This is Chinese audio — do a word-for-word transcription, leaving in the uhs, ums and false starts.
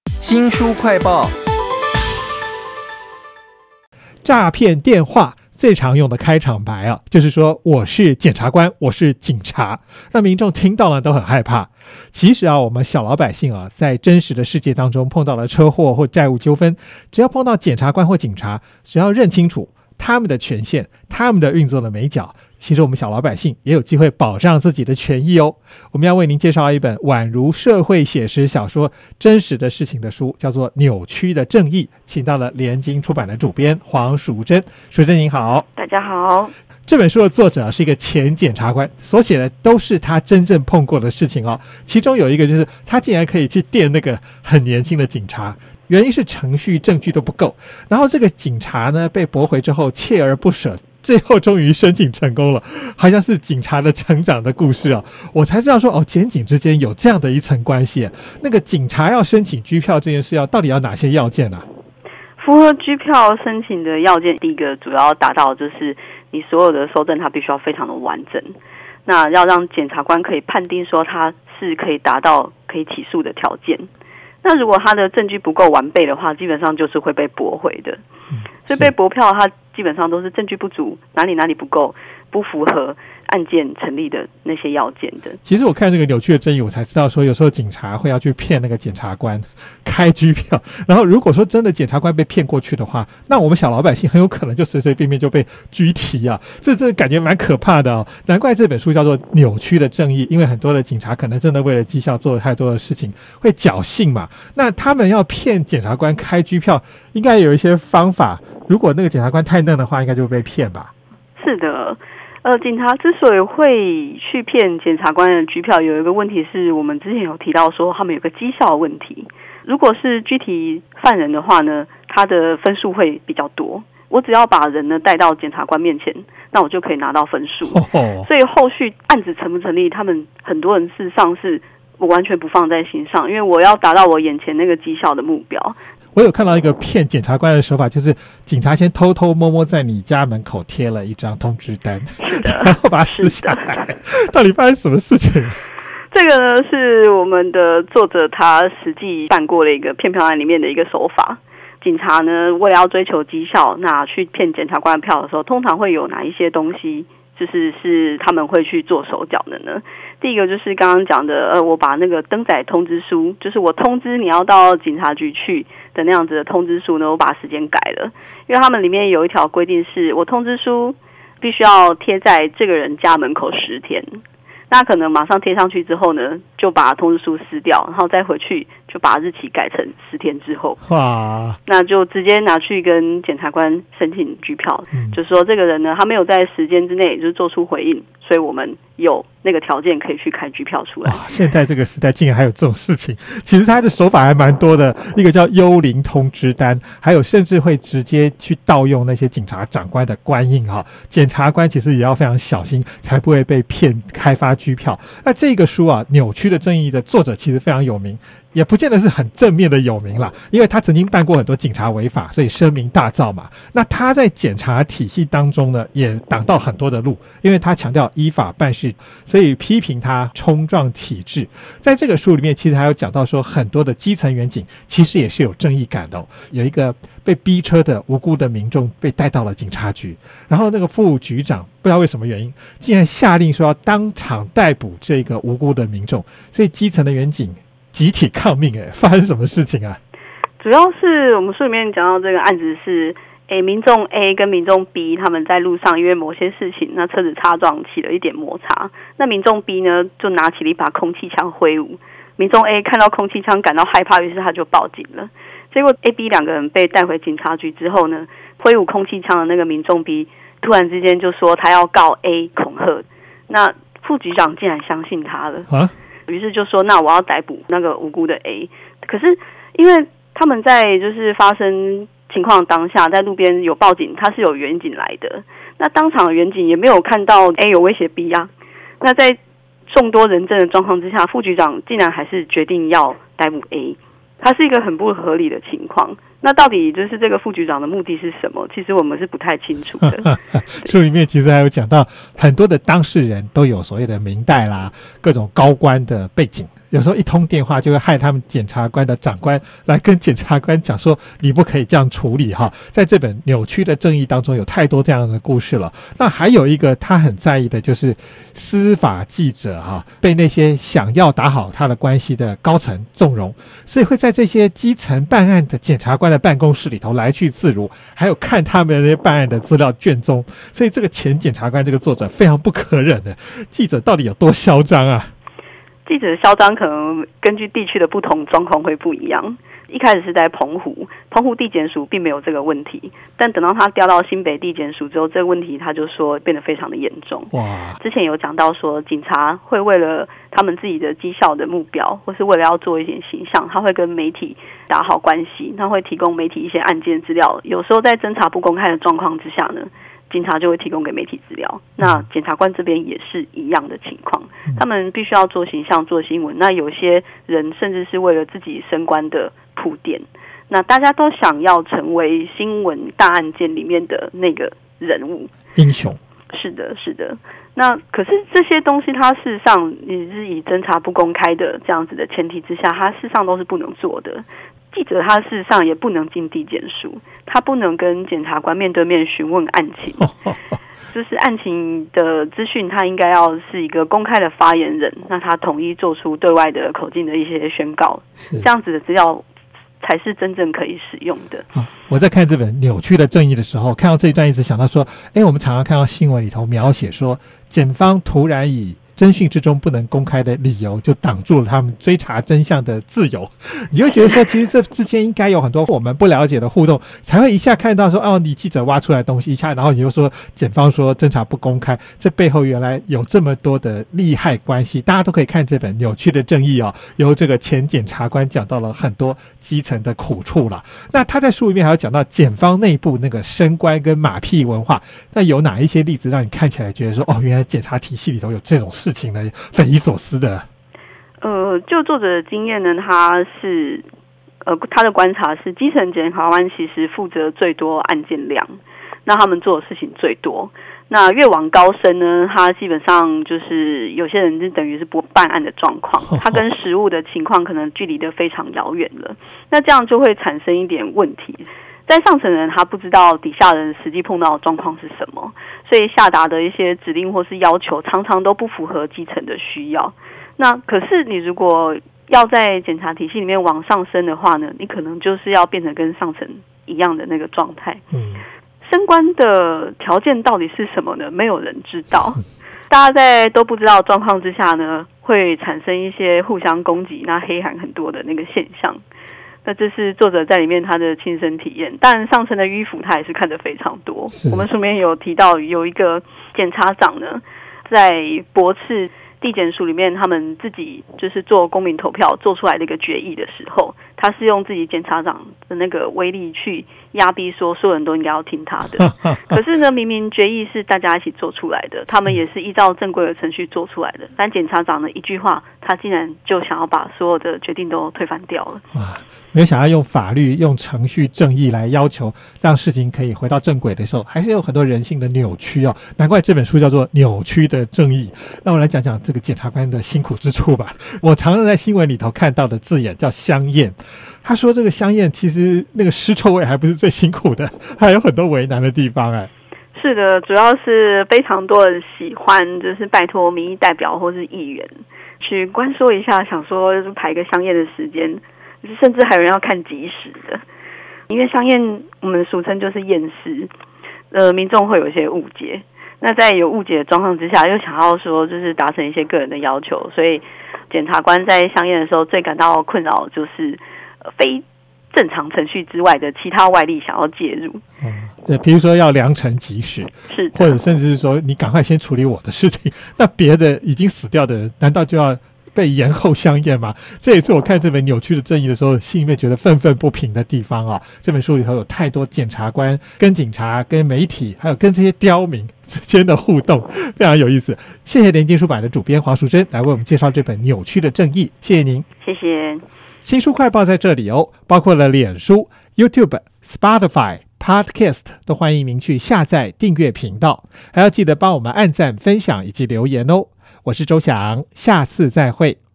新书快报。 诈骗电话最常用的开场白啊，就是说我是检察官，我是警察。那民众听到了都很害怕。其实啊，我们小老百姓啊，在真实的世界当中碰到了车祸或债务纠纷，只要碰到检察官或警察，只要认清楚他们的权限，他们的运作的眉角，其实我们小老百姓也有机会保障自己的权益哦。我们要为您介绍一本宛如社会写实小说真实的事情的书，叫做《扭曲的正义》，请到了联经出版的主编黄淑珍。淑珍您好。 大家好。 这本书的作者是一个前检察官，所写的都是他真正碰过的事情哦。其中有一个就是他竟然可以去电那个很年轻的警察，原因是程序证据都不够，然后这个警察呢被驳回之后锲而不舍，最后终于申请成功了，好像是警察的成长的故事啊。我才知道说哦，检警之间有这样的一层关系。那个警察要申请居票这件事要到底要哪些要件啊？ 符合居票申请的要件，第一个主要达到就是你所有的搜证它必须要非常的完整，那要让检察官可以判定说它是可以达到可以起诉的条件。那如果他的证据不够完备的话，基本上就是会被驳回的。嗯、所以被驳票，他基本上都是证据不足，哪里哪里不够，不符合案件成立的那些要件的。 其实我看这个扭曲的正义，我才知道说，有时候警察会要去骗那个检察官开居票，然后如果说真的检察官被骗过去的话，那我们小老百姓很有可能就随随便便就被拘提啊，这这感觉蛮可怕的哦。难怪这本书叫做《扭曲的正义》，因为很多的警察可能真的为了绩效做了太多的事情，会侥幸嘛。那他们要骗检察官开居票，应该有一些方法。如果那个检察官太嫩的话，应该就会被骗吧？ 是的。呃，警察之所以会去骗检察官的居票，有一个问题是我们之前有提到说，他们有个绩效问题。如果是拘提犯人的话呢，他的分数会比较多。我只要把人呢带到检察官面前，那我就可以拿到分数。Oh. 所以后续案子成不成立，他们很多人事实上是我完全不放在心上，因为我要达到我眼前那个绩效的目标。 我有看到一个骗检察官的手法，就是警察先偷偷摸摸在你家门口贴了一张通知单，然后把它撕下来。到底发生什么事情？ 这个呢是我们的作者他实际办过的一个骗票案里面的一个手法。警察呢为了要追求绩效，那去骗检察官的票的时候，通常会有哪一些东西就是是他们会去做手脚的呢？第一个就是刚刚讲的，呃，我把那个登载通知书，就是我通知你要到警察局去的那样子的通知书呢，我把时间改了，因为他们里面有一条规定是，我通知书必须要贴在这个人家门口十天。那可能马上贴上去之后呢，就把通知书撕掉，然后再回去就把日期改成十天之后。哇！那就直接拿去跟检察官申请居票，嗯、就说这个人呢，他没有在时间之内就是做出回应，所以我们有那个条件可以去开居票出来。 现在这个时代竟然还有这种事情，其实他的手法还蛮多的。一个叫幽灵通知单，还有甚至会直接去盗用那些警察长官的官印哈。检察官其实也要非常小心，才不会被骗开发居票。那这个书啊，《扭曲的正义》的作者其实非常有名，也不见得是很正面的有名啦，因为他曾经办过很多警察违法，所以声名大噪嘛。那他在检察体系当中呢，也挡到很多的路，因为他强调依法办事，所以批评他冲撞体制。在这个书里面，其实还有讲到说，很多的基层员警其实也是有正义感的哦。有一个被逼车的无辜的民众被带到了警察局，然后那个副局长不知道为什么原因，竟然下令说要当场逮捕这个无辜的民众，所以基层的员警集体抗命。哎，发生什么事情啊？ 主要是我们书里面讲到这个案子是，诶，民众 A 跟民众 B 他们在路上因为某些事情，那车子擦撞起了一点摩擦。那民众 B 呢，就拿起了一把空气枪挥舞。民众 A 看到空气枪感到害怕，于是他就报警了。结果 A、B 两个人被带回警察局之后呢，挥舞空气枪的那个民众 B 突然之间就说他要告 A 恐吓。那副局长竟然相信他了。啊？于是就说那我要逮捕那个无辜的 A。 可是因为他们在就是发生情况当下，在路边有报警，他是有员警来的，那当场的员警也没有看到 A 有威胁 B 啊。那在众多人证的状况之下，副局长竟然还是决定要逮捕 A， 它是一个很不合理的情况。那到底就是这个副局长的目的是什么？其实我们是不太清楚的。 书里面其实还有讲到很多的当事人都有所谓的明代啦，各种高官的背景， 有时候一通电话就会害他们检察官的长官来跟检察官讲说你不可以这样处理哈。在这本扭曲的正义当中有太多这样的故事了。那还有一个他很在意的就是司法记者哈被那些想要打好他的关系的高层纵容，所以会在这些基层办案的检察官的办公室里头来去自如，还有看他们那些办案的资料卷宗。所以这个前检察官这个作者非常不可忍的，记者到底有多嚣张啊？ 记者的嚣张可能根据地区的不同状况会不一样。一开始是在澎湖，澎湖地检署并没有这个问题，但等到他调到新北地检署之后，这个问题他就说变得非常的严重。哇！之前有讲到说，警察会为了他们自己的绩效的目标，或是为了要做一点形象，他会跟媒体打好关系，他会提供媒体一些案件资料。有时候在侦查不公开的状况之下呢，警察就会提供给媒体资料。那检察官这边也是一样的情况，他们必须要做形象、做新闻。那有些人甚至是为了自己升官的铺垫，那大家都想要成为新闻大案件里面的那个人物英雄。 是的，是的。那可是这些东西，它事实上你是以侦查不公开的这样子的前提之下，它事实上都是不能做的。记者他事实上也不能进地检署，他不能跟检察官面对面询问案情，就是案情的资讯，他应该要是一个公开的发言人，那他统一做出对外的口径的一些宣告，这样子的资料才是真正可以使用的。 啊、我在看这本《扭曲的正义》的时候，看到这一段一直想到说，哎，我们常常看到新闻里头描写说，检方突然以侦讯之中不能公开的理由就挡住了他们追查真相的自由，你就会觉得说其实这之间应该有很多我们不了解的互动，才会一下看到说哦，你记者挖出来的东西一下，然后你就说检方说侦查不公开，这背后原来有这么多的利害关系。大家都可以看这本《扭曲的正义》哦，由这个前检察官讲到了很多基层的苦处了。那他在书里面还有讲到检方内部那个升官跟马屁文化，那有哪一些例子让你看起来觉得说哦，原来检察体系里头有这种事情呢，匪夷所思的？ 呃，就作者的经验呢，他是呃他的观察是，基层检察官其实负责最多案件量，那他们做的事情最多。那越往高升呢，他基本上就是有些人就等于是不办案的状况，他跟实务的情况可能距离得非常遥远了。那这样就会产生一点问题。在上层人他不知道底下人实际碰到的状况是什么，所以下达的一些指令或是要求常常都不符合基层的需要。那可是你如果要在检察体系里面往上升的话呢，你可能就是要变成跟上层一样的那个状态。嗯，升官的条件到底是什么呢？没有人知道。大家在都不知道的状况之下呢，会产生一些互相攻击、那黑函很多的那个现象。那这是作者在里面他的亲身体验，当然上层的迂腐他也是看得非常多。我们书里面有提到有一个检察长呢，在驳斥地检署里面他们自己就是做公民投票做出来的一个决议的时候，他是用自己检察长的那个威力去压逼说所有人都应该要听他的。可是呢，明明决议是大家一起做出来的，他们也是依照正规的程序做出来的，但检察长呢一句话，他竟然就想要把所有的决定都推翻掉了。 没有想要用法律用程序正义来要求让事情可以回到正轨的时候，还是有很多人性的扭曲哦。难怪这本书叫做《扭曲的正义》。那我来讲讲这个检察官的辛苦之处吧。我常常在新闻里头看到的字眼叫香艳，他说这个香艳其实那个尸臭味还不是最辛苦的，还有很多为难的地方。哎，是的，主要是非常多人喜欢就是拜托民意代表或是议员去关说一下，想说排个香艳的时间，甚至还有人要看即时的，因为香艳我们俗称就是验尸，呃，民众会有一些误解。那在有误解的状况之下，又想要说就是达成一些个人的要求，所以检察官在香验的时候最感到困扰就是非正常程序之外的其他外力想要介入。嗯，对，比如说要良辰吉时，是，或者甚至是说你赶快先处理我的事情，那别的已经死掉的人，难道就要被延后香验吗？这也是我看这本扭曲的正义的时候心里面觉得愤愤不平的地方啊。这本书里头有太多检察官跟警察跟媒体还有跟这些刁民之间的互动，非常有意思。谢谢联经出版的主编黄淑珍来为我们介绍这本扭曲的正义，谢谢您。谢谢。新书快报在这里哦，包括了脸书、YouTube、Spotify、Podcast 都欢迎您去下载订阅频道，还要记得帮我们按赞分享以及留言哦。我是周翔，下次再会。